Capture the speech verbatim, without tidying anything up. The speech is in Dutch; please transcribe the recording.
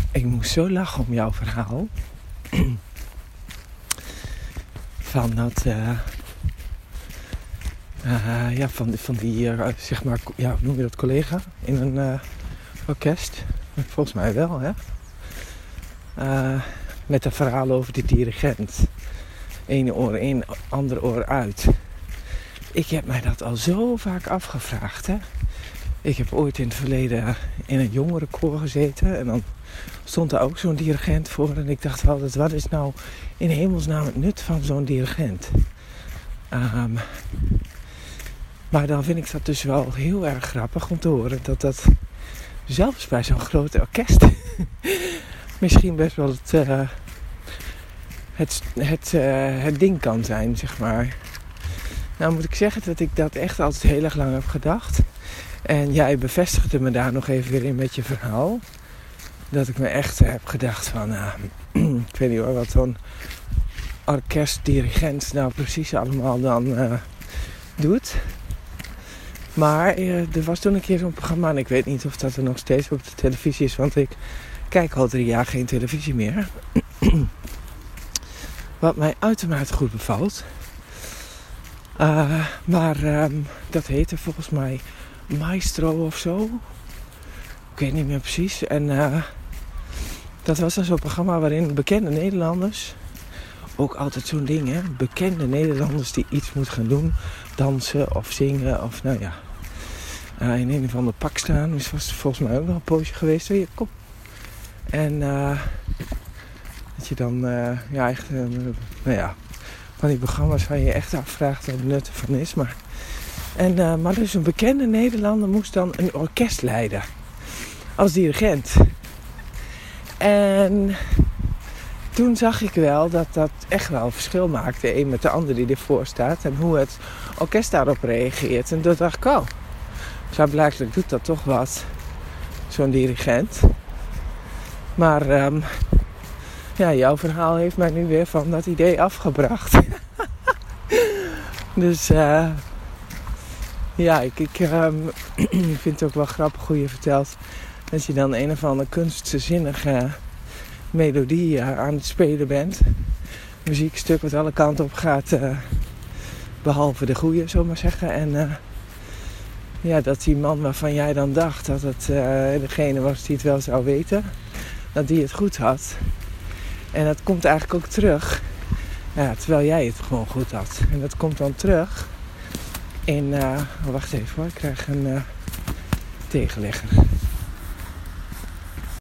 Ik moest zo lachen om jouw verhaal. Van dat... Uh, uh, ja, van, van die, uh, zeg maar, ja, hoe noem je dat, collega in een uh, orkest? Volgens mij wel, hè? Uh, met een verhaal over die dirigent. Ene oor in, andere oor uit. Ik heb mij dat al zo vaak afgevraagd, hè? Ik heb ooit in het verleden in een jongerenkoor gezeten. En dan stond er ook zo'n dirigent voor. En ik dacht altijd, wat is nou in hemelsnaam het nut van zo'n dirigent? Um, maar dan vind ik dat dus wel heel erg grappig om te horen. Dat dat zelfs bij zo'n groot orkest misschien best wel het, uh, het, het, uh, het ding kan zijn, zeg maar. Nou moet ik zeggen dat ik dat echt altijd heel erg lang heb gedacht. En jij bevestigde me daar nog even weer in met je verhaal. Dat ik me echt heb gedacht van... Uh, ik weet niet hoor, wat zo'n orkestdirigent nou precies allemaal dan uh, doet. Maar uh, er was toen een keer zo'n programma... en ik weet niet of dat er nog steeds op de televisie is... want ik kijk al drie jaar geen televisie meer. Wat mij uitermate goed bevalt. Uh, maar um, dat heette volgens mij... Maestro of zo. Ik weet niet meer precies. En uh, dat was dan zo'n programma waarin bekende Nederlanders... Ook altijd zo'n ding, hè. Bekende Nederlanders die iets moeten gaan doen. Dansen of zingen of nou ja. Uh, in een of ander pak staan. Dus was volgens mij ook nog een poosje geweest. Hier, kom. En uh, dat je dan... Uh, ja, echt... Uh, nou ja. Van die programma's waar je echt afvraagt wat het nut ervan is. Maar... En, uh, maar dus een bekende Nederlander moest dan een orkest leiden. Als dirigent. En toen zag ik wel dat dat echt wel een verschil maakte. De een met de ander die ervoor staat. En hoe het orkest daarop reageert. En toen dacht ik, oh. Klaarblijkelijk doet dat toch wat. Zo'n dirigent. Maar um, ja, jouw verhaal heeft mij nu weer van dat idee afgebracht. Dus... Uh, Ja, ik, ik um, vind het ook wel grappig hoe je vertelt dat je dan een of andere kunstzinnige melodie uh, aan het spelen bent. Muziekstuk wat alle kanten op gaat, uh, behalve de goede, zullen we maar zeggen. En uh, ja, dat die man waarvan jij dan dacht dat het uh, degene was die het wel zou weten, dat die het goed had. En dat komt eigenlijk ook terug, ja, terwijl jij het gewoon goed had. En dat komt dan terug... In, uh, oh, wacht even hoor, ik krijg een uh, tegenlegger.